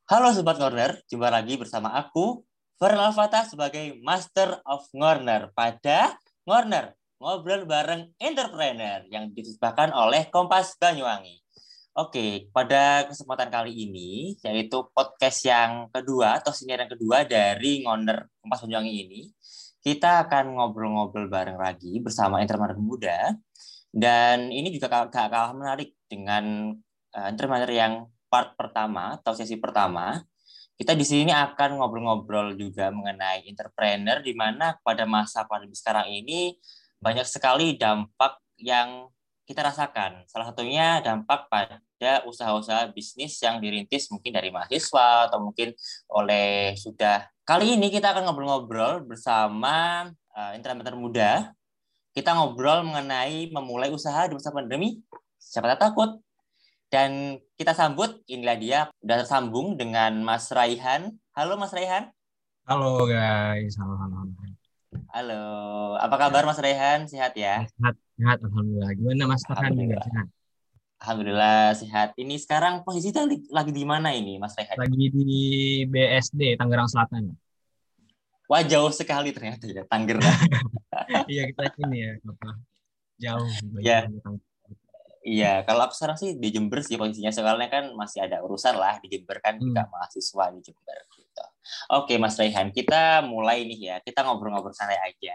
Halo Sobat Corner, jumpa lagi bersama aku, Farel Alfata sebagai Master of Corner pada Corner, ngobrol bareng entrepreneur yang dipersembahkan oleh Kompas Banyuwangi. Oke, pada kesempatan kali ini, yaitu podcast yang kedua atau siniar yang kedua dari Corner Kompas Banyuwangi ini, kita akan ngobrol-ngobrol bareng lagi bersama entrepreneur muda, dan ini juga gak kalah menarik dengan entrepreneur yang part pertama atau sesi pertama. Kita di sini akan ngobrol-ngobrol juga mengenai entrepreneur di mana pada masa pandemi sekarang ini banyak sekali dampak yang kita rasakan. Salah satunya dampak pada usaha-usaha bisnis yang dirintis mungkin dari mahasiswa atau mungkin oleh sudah. Kali ini kita akan ngobrol-ngobrol bersama entrepreneur muda. Kita ngobrol mengenai memulai usaha di masa pandemi. Siapa tak takut? Dan kita sambut, inilah dia, sudah tersambung dengan Mas Raihan. Halo Mas Raihan. Halo guys, halo, halo, halo. Halo, apa kabar Mas Raihan? Sehat ya? Sehat, sehat, alhamdulillah. Gimana Mas Farhan juga Alhamdulillah. sehat? Alhamdulillah sehat. Ini sekarang posisinya lagi di mana ini Mas Raihan? Lagi di BSD Tangerang Selatan. Wah jauh sekali ternyata ya, Tangerang. Iya kita ini ya, apa jauh Ya, Banyuwangi Tangerang. iya. Kalau aku sekarang sih di Jember sih posisinya. Soalnya kan masih ada urusan lah di Jember kan juga Hmm, mahasiswa di Jember gitu. Oke Mas Raihan, kita mulai nih ya. Kita ngobrol-ngobrol santai aja.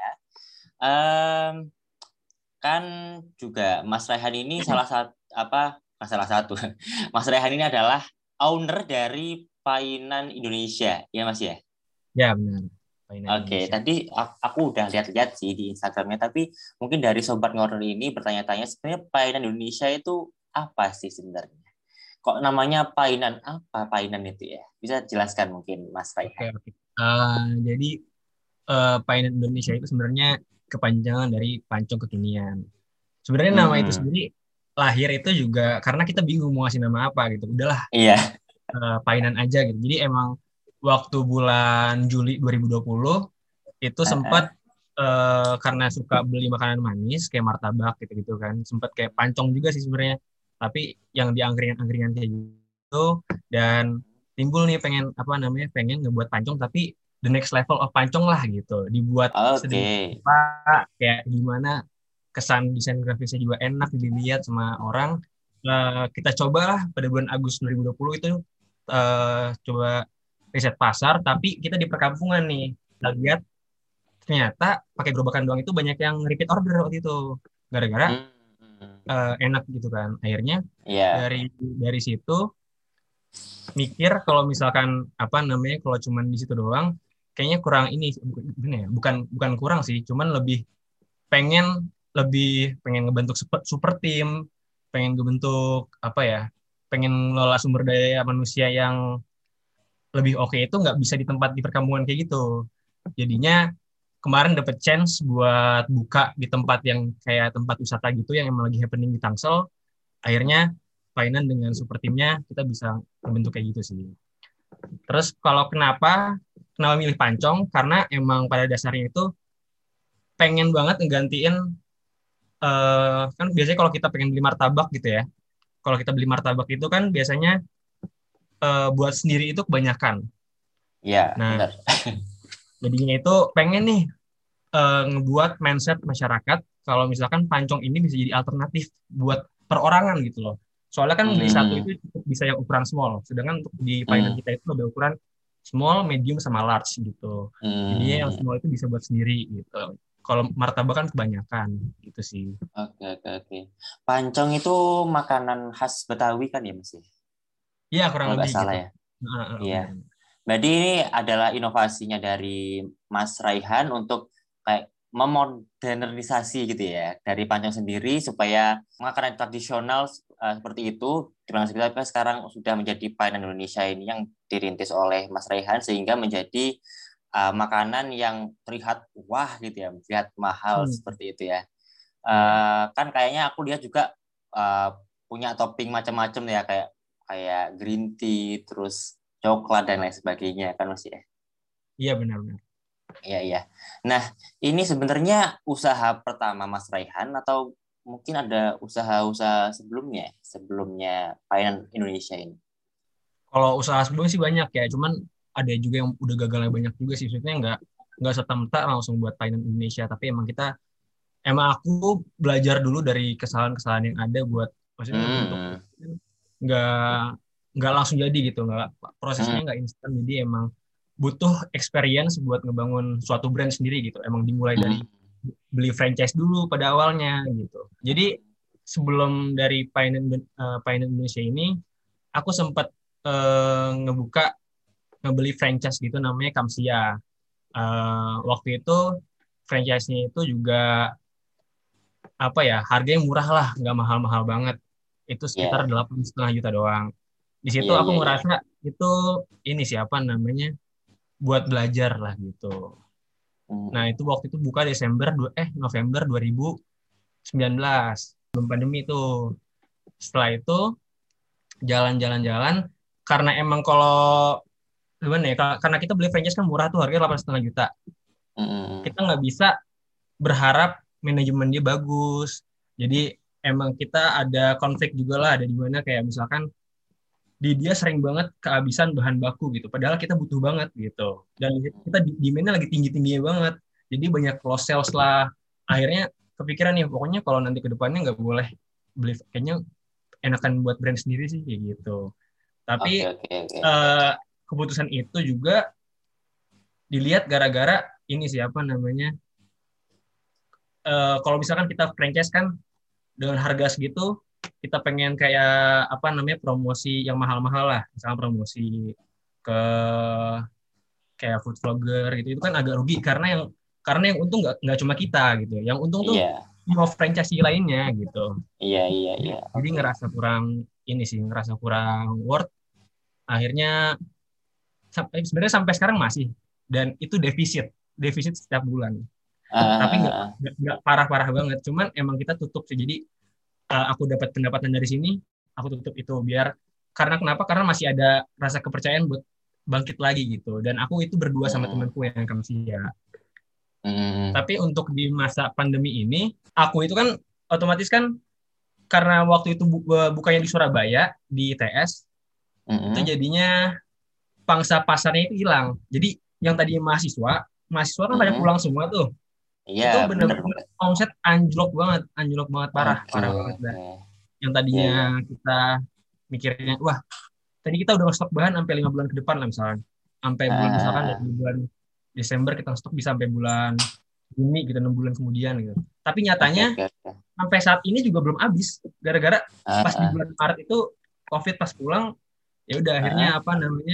Em, kan juga Mas Rehan ini salah satu apa salah satu Mas Rehan ini adalah owner dari Painan Indonesia ya Mas ya. ya benar. Painan Oke, Indonesia. tadi aku udah lihat-lihat sih di Instagramnya, tapi mungkin dari Sobat Ngorner ini bertanya-tanya sebenarnya Painan Indonesia itu apa sih sebenarnya? Kok namanya Painan? Apa Painan itu ya? Bisa jelaskan mungkin Mas Oke, Raihan? oke. Jadi Painan Indonesia itu sebenarnya kepanjangan dari Pancong Kekinian. Sebenarnya nama itu Mm-mm. sendiri lahir itu juga karena kita bingung mau ngasih nama apa gitu. Udahlah Iya. Painan aja gitu. Jadi emang waktu bulan Juli 2020 itu sempat Heeh. karena suka beli makanan manis kayak martabak gitu-gitu kan. Sempat kayak pancong juga sih sebenarnya. Tapi yang di angkringan-angkringan kayak gitu dan timbul nih pengen apa namanya pengen ngebuat pancong tapi the next level of pancong lah gitu. Dibuat Oke. sedemikian rupa kayak gimana kesan desain grafisnya juga enak dilihat sama orang. Kita cobalah pada bulan Agustus 2020 itu coba riset pasar, tapi kita di perkampungan nih. Kita lihat ternyata pakai gerobakan doang itu banyak yang repeat order waktu itu. Gara-gara Hmm. enak gitu kan. Akhirnya Iya. dari dari situ mikir kalau misalkan apa namanya kalau cuman di situ doang kayaknya kurang ini gimana ya? Bukan bukan kurang sih, cuman pengen lebih pengen ngebentuk super team, pengen ngebentuk apa ya? Pengen ngelola sumber daya manusia yang lebih oke itu nggak bisa di tempat di perkampungan kayak gitu. Jadinya kemarin dapet chance buat buka di tempat yang kayak tempat wisata gitu yang emang lagi happening di Tangsel. Akhirnya Painan dengan super timnya kita bisa membentuk kayak gitu sih. Terus kalau kenapa milih Pancong? Karena emang pada dasarnya itu pengen banget ngegantiin kan biasanya kalau kita pengen beli martabak gitu ya. Kalau kita beli martabak itu kan biasanya buat sendiri itu kebanyakan. Iya, Nah, benar. jadinya itu pengen nih ngebuat mindset masyarakat kalau misalkan pancong ini bisa jadi alternatif buat perorangan gitu loh. Soalnya kan beli satu Hmm. itu cukup bisa yang ukuran small, sedangkan untuk di Painan Hmm. kita itu ada ukuran small, medium, sama large gitu. Jadinya yang Hmm. small itu bisa buat sendiri gitu. Kalau martabak kan kebanyakan gitu sih. Oke, oke, oke. Pancong itu makanan khas Betawi kan ya, Mas? Ya? Iya kurang Kalau nggak lebih salah gitu. ya. Iya. Benar. Berarti ini adalah inovasinya dari Mas Raihan untuk kayak memodernisasi gitu ya dari Pancong sendiri supaya makanan tradisional seperti itu di mana kita sekarang sudah menjadi painan Indonesia ini yang dirintis oleh Mas Raihan sehingga menjadi makanan yang terlihat wah gitu ya, terlihat mahal Hmm, seperti itu ya. iya. Kan kayaknya aku lihat juga uh, punya topping macam-macam ya kayak kayak green tea terus coklat dan lain sebagainya kan Mas ya. Iya benar-benar. Iya iya. Nah, ini sebenarnya usaha pertama Mas Raihan atau mungkin ada usaha-usaha sebelumnya Painan Indonesia ini. Kalau usaha sebelumnya sih banyak ya, cuman ada juga yang udah gagalnya banyak juga sih. Maksudnya nggak serta-merta langsung buat finance Indonesia, tapi emang aku belajar dulu dari kesalahan-kesalahan yang ada buat maksudnya untuk Hmm. nggak nggak langsung jadi gitu, nggak prosesnya Hmm. nggak instan, jadi emang butuh experience buat ngebangun suatu brand sendiri gitu. Emang dimulai dari Hmm. beli franchise dulu pada awalnya gitu. Jadi sebelum dari Finance Indonesia ini, aku sempat ngebuka ngebeli franchise gitu namanya Kamsia. Waktu itu franchise-nya itu juga apa ya, harganya murah lah, nggak mahal-mahal banget. Itu sekitar Ya. 8,5 juta doang. Di situ Iya, aku iya, iya. ngerasa itu ini siapa namanya buat belajar lah gitu. Nah Hmm. itu waktu itu buka November 2019 belum pandemi itu. Setelah itu jalan-jalan-jalan karena emang kalau gimana ya, karena kita beli franchise kan murah tuh, harganya 8,5 juta. Hmm. Kita nggak bisa berharap manajemen dia bagus. Jadi emang kita ada konflik juga lah, ada di mana kayak misalkan dia sering banget kehabisan bahan baku gitu. Padahal kita butuh banget gitu. Dan kita demand-nya lagi tinggi-tingginya banget. Jadi banyak close sales lah. Akhirnya kepikiran nih, pokoknya kalau nanti ke depannya nggak boleh beli, kayaknya enakan buat brand sendiri sih kayak gitu. Tapi Oke, oke, oke. eh, keputusan itu juga dilihat gara-gara ini siapa namanya, kalau misalkan kita franchise kan dengan harga segitu, kita pengen kayak apa namanya promosi yang mahal-mahal lah, misalnya promosi ke kayak food vlogger gitu, itu kan agak rugi karena yang untung nggak cuma kita gitu, yang untung tuh Iya, mau franchise lainnya gitu. iya, iya, jadi, iya. jadi Oke. ngerasa kurang ini sih, ngerasa kurang worth. Akhirnya sebenarnya sampai sekarang masih, dan itu defisit defisit setiap bulan, tapi nggak Ah, nggak nggak parah-parah banget, cuman emang kita tutup sih. Jadi aku dapat pendapatan dari sini, aku tutup itu biar, karena kenapa? Karena masih ada rasa kepercayaan buat bangkit lagi gitu. Dan aku itu berdua sama hmm. temanku yang Kamsia. Hmm. Tapi untuk di masa pandemi ini, aku itu kan otomatis kan karena waktu itu bukanya di Surabaya di ITS, itu Hmm. jadinya pangsa pasarnya itu hilang. Jadi yang tadinya mahasiswa kan pada Hmm. pulang semua tuh. Iya, Itu bener, bener-bener bener. omset anjlok banget, parah, Oke, parah banget dah. oke. Yang Iya, tadinya iya. kita mikirnya, wah tadi kita udah stok bahan sampai 5 bulan ke depan lah misalkan, sampai bulan misalkan dari Ah. bulan Desember kita stok bisa sampai bulan Juni gitu, 6 bulan kemudian gitu. Tapi Oke, nyatanya oke, oke. sampai saat ini juga belum habis, gara-gara pas di Ah. bulan Maret itu COVID pas pulang, ya udah akhirnya Ah. apa namanya,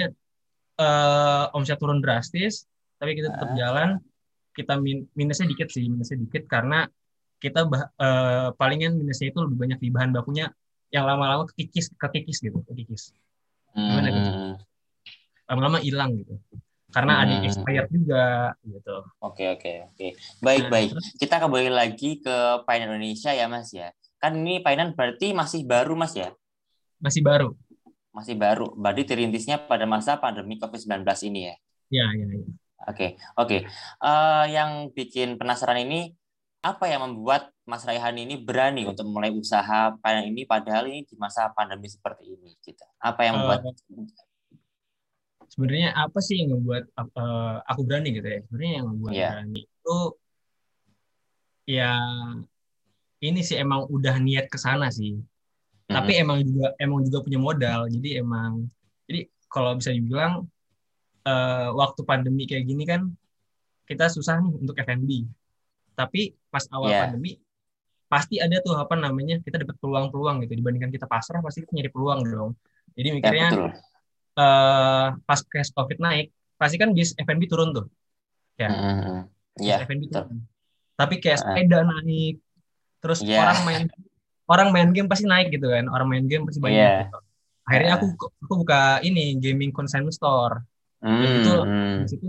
omset turun drastis, tapi kita tetap Ah. jalan. Kita minusnya dikit karena kita palingan minusnya itu lebih banyak di bahan bakunya yang lama-lama kekikis gitu, kekikis. Gimana tuh? Hmm. Lama-lama hilang gitu. Karena ada yang Hmm. expired juga gitu. Oke, oke, oke. Baik, Nah, baik. terus Kita kembali lagi ke Painan Indonesia ya, Mas ya. Kan ini Painan berarti masih baru, Mas ya? masih baru. Masih baru. Berarti dirintisnya pada masa pandemi COVID-19 ini ya? Ya, ya, ya. Oke, oke. Yang bikin penasaran ini, apa yang membuat Mas Raihan ini berani untuk mulai usaha Painan ini padahal ini di masa pandemi seperti ini, gitu. Apa yang membuat... Eh, Sebenarnya apa sih yang membuat aku berani gitu ya? Sebenarnya yang membuat Ya. berani itu ya ini sih, emang udah niat ke sana sih. Tapi Mm-mm. emang juga punya modal. Jadi kalau bisa dibilang waktu pandemi kayak gini kan kita susah nih untuk F&B. Tapi pas awal Ya, pandemi pasti ada tuh apa namanya, kita dapat peluang-peluang gitu, dibandingkan kita pasrah pasti kita nyari peluang dong. Jadi ya mikirnya betul. pas case COVID naik pasti kan bis F&B turun tuh ya, Mm-mm. bis Ya, F&B betul. turun. Tapi kayak Ah, sepeda naik, terus ya, orang main game pasti naik gitu kan, orang main game pasti banyak ya. gitu. Akhirnya aku buka ini gaming consignment store, dan itu di Hmm. situ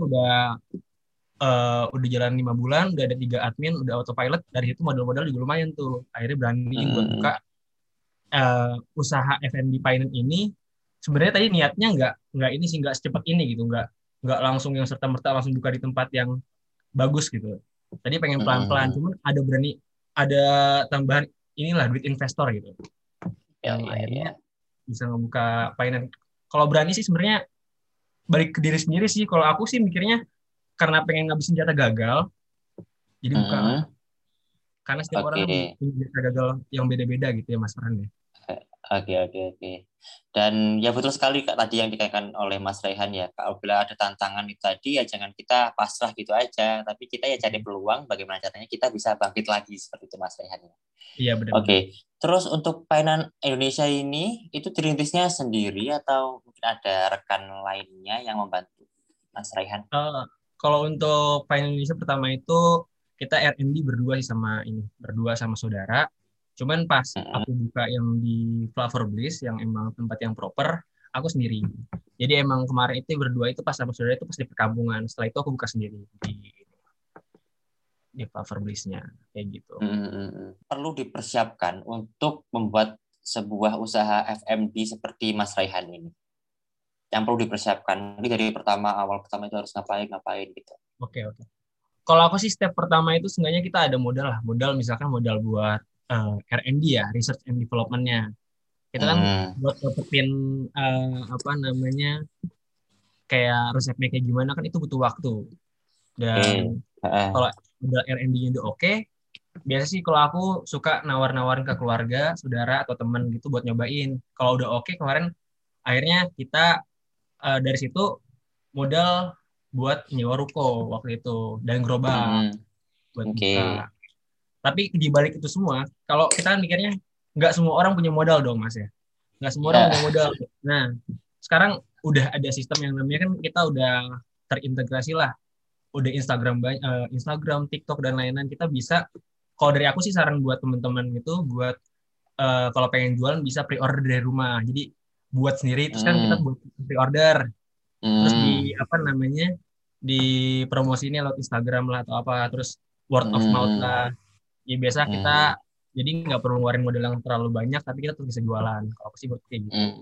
udah jalan 5 bulan, udah ada 3 admin, udah autopilot. Dari situ modal-modal juga lumayan tuh, akhirnya berani buat buka Hmm. usaha F&B finance ini. Sebenarnya tadi niatnya nggak ini sih, nggak secepat ini gitu, nggak langsung yang serta merta langsung buka di tempat yang bagus gitu. Tadi pengen pelan-pelan, Hmm. cuman ada tambahan inilah duit investor gitu, Ya, yang ya, akhirnya ya. bisa ngebuka finance. Kalau berani sih sebenarnya balik ke diri sendiri sih. Kalau aku sih mikirnya karena pengen ngabisin jatah gagal, jadi buka lah. Mm-mm. Karena setiap orang Oke. kan punya jatah gagal yang beda-beda gitu ya Mas Farhan ya. Oke, oke, oke. Dan ya betul sekali Kak tadi yang dikatakan oleh Mas Rehan ya. Kalau bila ada tantangan itu tadi ya jangan kita pasrah gitu aja, tapi kita ya cari peluang bagaimana caranya kita bisa bangkit lagi seperti itu Mas Rehan ya. Iya benar-benar. Oke. Terus untuk painan Indonesia ini itu dirintisnya sendiri atau mungkin ada rekan lainnya yang membantu Mas Rehan? Eh, Kalau untuk Pine Indonesia pertama itu kita R&D berdua sih sama ini, berdua sama saudara. Cuman pas Mm-mm. aku buka yang di Flavor Bliss yang emang tempat yang proper, aku sendiri. Jadi emang kemarin itu berdua itu pas sama saudara itu pas di perkampungan. Setelah itu aku buka sendiri di Flavor Bliss-nya kayak gitu. Mm-mm. Perlu dipersiapkan untuk membuat sebuah usaha FMB seperti Mas Rehan ini. Yang perlu dipersiapkan. Ini dari awal pertama itu harus ngapain gitu. Oke, oke. Kalau aku sih step pertama itu sebenarnya kita ada modal lah. Modal misalkan modal buat R&D ya, research and development-nya. Kita kan Hmm, buat dapetin apa namanya kayak resepnya kayak gimana kan itu butuh waktu. oke. Dan Heeh. kalau udah R&D-nya udah oke, biasa sih kalau aku suka nawar-nawarin ke keluarga, saudara atau teman gitu buat nyobain. Kalau udah oke kemarin akhirnya kita dari situ modal buat nyewa ruko waktu itu dan gerobak Hmm, buat oke. buka. Tapi di balik itu semua, kalau kita kan mikirnya nggak semua orang punya modal dong Mas ya. Nggak semua orang Ya. punya modal. Nah, sekarang udah ada sistem yang namanya kan kita udah terintegrasi lah. Udah Instagram, TikTok dan lain-lain kita bisa. Kalau dari aku sih saran buat teman-teman gitu, buat kalau pengen jualan bisa pre-order dari rumah. Jadi buat sendiri, terus kan kita Hmm, buat pre-order, terus di hmm, apa namanya di promosinya lewat Instagram lah atau apa, terus word of mouth hmm, lah. Ya biasa kita hmm, jadi nggak perlu ngeluarin modal yang terlalu banyak, tapi kita terus bisa jualan. Kalau aku sih buat kayak gitu. hmm.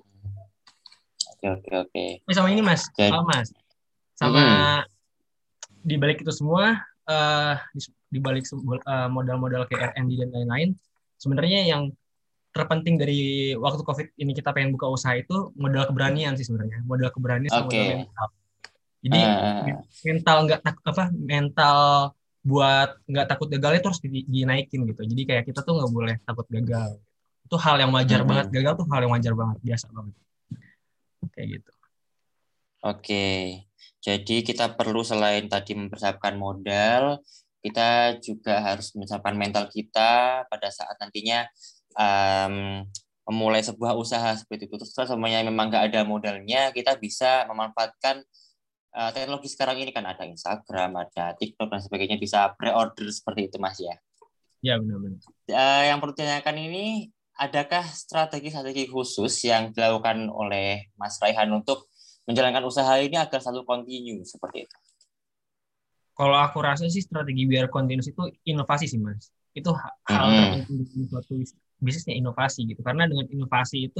Oke, oke, oke. Sama ini Mas, Jadi, Mas, sama hmm, di balik itu semua, di balik modal-modal kayak R&D dan lain-lain, sebenarnya yang terpenting dari waktu COVID ini kita pengen buka usaha itu modal keberanian sih sebenarnya, modal keberanian sama modal oke. mental. Jadi mental nggak apa mental buat nggak takut gagal itu harus dinaikin gitu. Jadi kayak kita tuh nggak boleh takut gagal. Itu hal yang wajar banget. Hmm, Gagal tuh hal yang wajar banget, biasa banget kayak gitu. oke. Jadi kita perlu selain tadi mempersiapkan modal, kita juga harus mempersiapkan mental kita pada saat nantinya em, memulai sebuah usaha seperti itu. Terus kalau semuanya memang nggak ada modalnya, kita bisa memanfaatkan teknologi sekarang ini kan ada Instagram, ada TikTok dan sebagainya bisa pre-order seperti itu Mas ya. Ya benar-benar. Yang perlu ditanyakan ini, adakah strategi-strategi khusus yang dilakukan oleh Mas Raihan untuk menjalankan usaha ini agar selalu continue seperti itu? Kalau aku rasa sih strategi biar continuous itu inovasi sih Mas. Itu hal Mm-mm. terpenting di suatu bisnisnya inovasi gitu. Karena dengan inovasi itu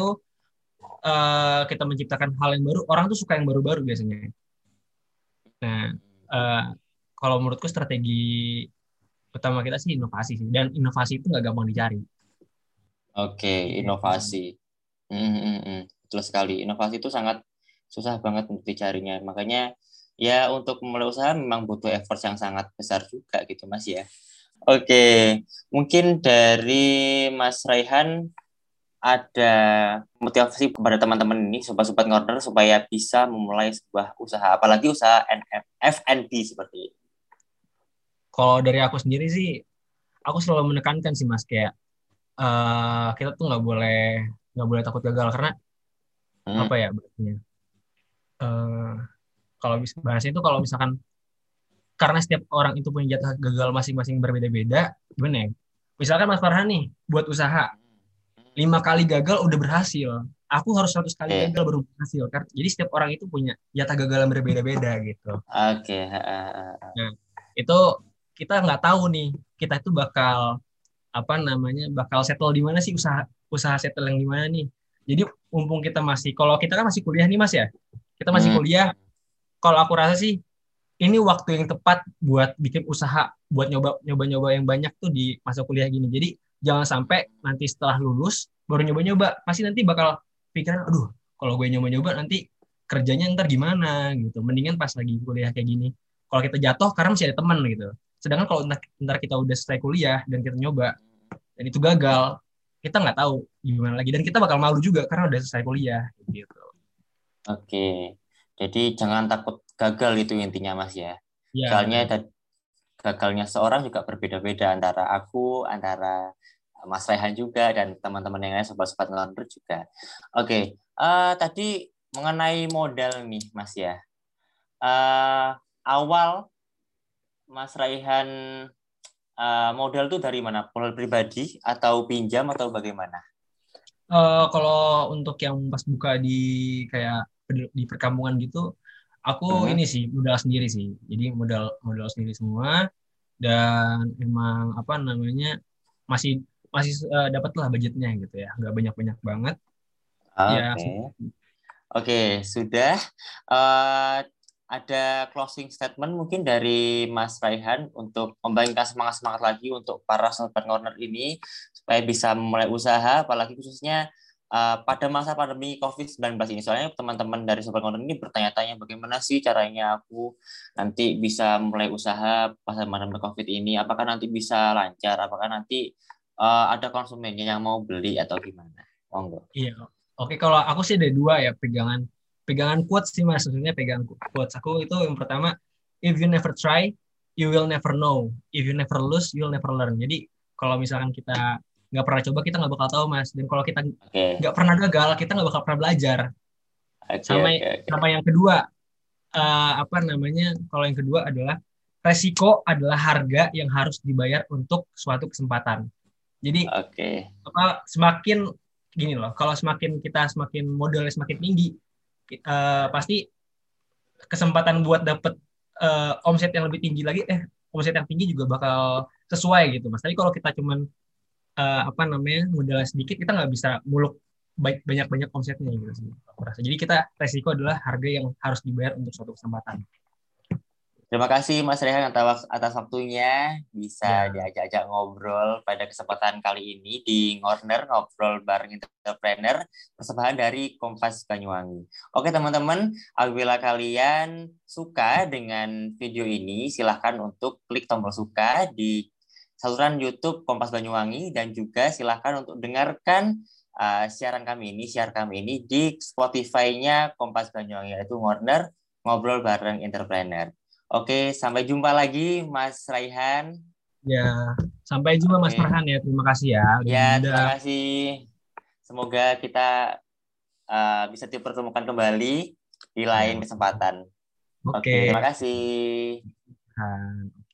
kita menciptakan hal yang baru, orang tuh suka yang baru-baru biasanya. Nah, eh, kalau menurutku strategi utama kita sih inovasi sih. Dan inovasi itu nggak gampang dicari. Oke, Gitu. inovasi. Mm-mm. Betul sekali. Inovasi itu sangat susah banget untuk dicarinya. Makanya ya untuk memulai usaha memang butuh effort yang sangat besar juga gitu Mas ya. Oke, mungkin dari Mas Raihan ada motivasi kepada teman-teman ini, sobat-sobat corner, supaya bisa memulai sebuah usaha, apalagi usaha F&B seperti ini. Kalau dari aku sendiri sih, aku selalu menekankan sih Mas kayak kita tuh nggak boleh takut gagal karena Hmm, apa ya bahasanya? Eh, Kalau bisa bahasanya itu kalau misalkan karena setiap orang itu punya jatah gagal masing-masing berbeda-beda, gimana ya? Misalkan Mas Farhan nih buat usaha 5 kali gagal udah berhasil. Aku harus 100 kali oke, gagal baru berhasil kan. Jadi setiap orang itu punya jatah gagal yang berbeda-beda gitu. oke, Nah, itu kita nggak tahu nih, kita itu bakal apa namanya, bakal settle di mana sih usaha usaha settle yang di mana nih. Jadi mumpung kita masih, kalau kita kan masih kuliah nih Mas ya, kita masih Hmm, kuliah. Kalau aku rasa sih ini waktu yang tepat buat bikin usaha, buat nyoba-nyoba yang banyak tuh di masa kuliah gini. Jadi jangan sampai nanti setelah lulus baru nyoba-nyoba, pasti nanti bakal pikiran, aduh kalau gue nyoba-nyoba nanti kerjanya ntar gimana gitu. Mendingan pas lagi kuliah kayak gini. Kalau kita jatuh karena masih ada teman gitu. Sedangkan kalau ntar kita udah selesai kuliah dan kita nyoba dan itu gagal, kita nggak tahu gimana lagi dan kita bakal malu juga karena udah selesai kuliah gitu. Oke. Jadi jangan takut gagal itu intinya Mas ya. Iya Soalnya benar. gagalnya seorang juga berbeda-beda antara aku, antara Mas Rehan juga dan teman-teman yang lain sobat-sobat ngelantur juga. Oke, tadi mengenai modal nih Mas ya. Eh, Awal Mas Raihan modal tuh dari mana? Modal pribadi atau pinjam atau bagaimana? Kalau untuk yang pas buka di kayak di perkampungan gitu, aku Hmm? ini sih modal sendiri sih. Jadi modal modal sendiri semua dan emang apa namanya masih masih dapatlah budgetnya gitu ya, nggak banyak-banyak banget. Ya, Oke. Oke, sudah. Eh, ada closing statement mungkin dari Mas Raihan untuk memberikan semangat-semangat lagi untuk para sobat corner ini supaya bisa memulai usaha, apalagi khususnya pada masa pandemi COVID-19 ini. Soalnya teman-teman dari sobat corner ini bertanya-tanya bagaimana sih caranya aku nanti bisa mulai usaha pada pandemi COVID ini, apakah nanti bisa lancar, apakah nanti ada konsumennya yang mau beli atau gimana. Monggo. iya. Oke, kalau aku sih ada dua ya pegangan pegangan quotes sih mas. Maksudnya pegangan quotes aku itu yang pertama, if you never try, you will never know. If you never lose, you will never learn. Jadi kalau misalkan kita nggak pernah coba, kita nggak bakal tahu mas. Dan kalau kita Oke. nggak pernah gagal, kita nggak bakal pernah belajar. Oke, Sama oke, sama oke. yang kedua, apa namanya? Kalau yang kedua adalah resiko adalah harga yang harus dibayar untuk suatu kesempatan. Jadi Oke. apa semakin gini loh, kalau semakin kita semakin modalnya semakin tinggi, pasti kesempatan buat dapet omset yang lebih tinggi lagi, omset yang tinggi juga bakal sesuai gitu mas. Tapi kalau kita cuman apa namanya modalnya sedikit, kita nggak bisa muluk banyak-banyak omsetnya gitu sih. Aku rasa. Jadi kita resiko adalah harga yang harus dibayar untuk suatu kesempatan. Terima kasih Mas Rehan atas waktunya bisa Ya, diajak-ajak ngobrol pada kesempatan kali ini di Ngorner Ngobrol Bareng Entrepreneur persembahan dari Kompas Banyuwangi. Oke teman-teman, apabila kalian suka dengan video ini silahkan untuk klik tombol suka di saluran YouTube Kompas Banyuwangi dan juga silahkan untuk dengarkan siar kami ini di Spotify-nya Kompas Banyuwangi yaitu Ngorner Ngobrol Bareng Entrepreneur. Oke, sampai jumpa lagi Mas Raihan. ya. Sampai jumpa Mas Oke. Farhan ya. Terima kasih ya udah Ya, terima diundang. kasih. Semoga kita bisa dipertemukan kembali di lain Ya, kesempatan. oke. Oke, terima kasih. Farhan.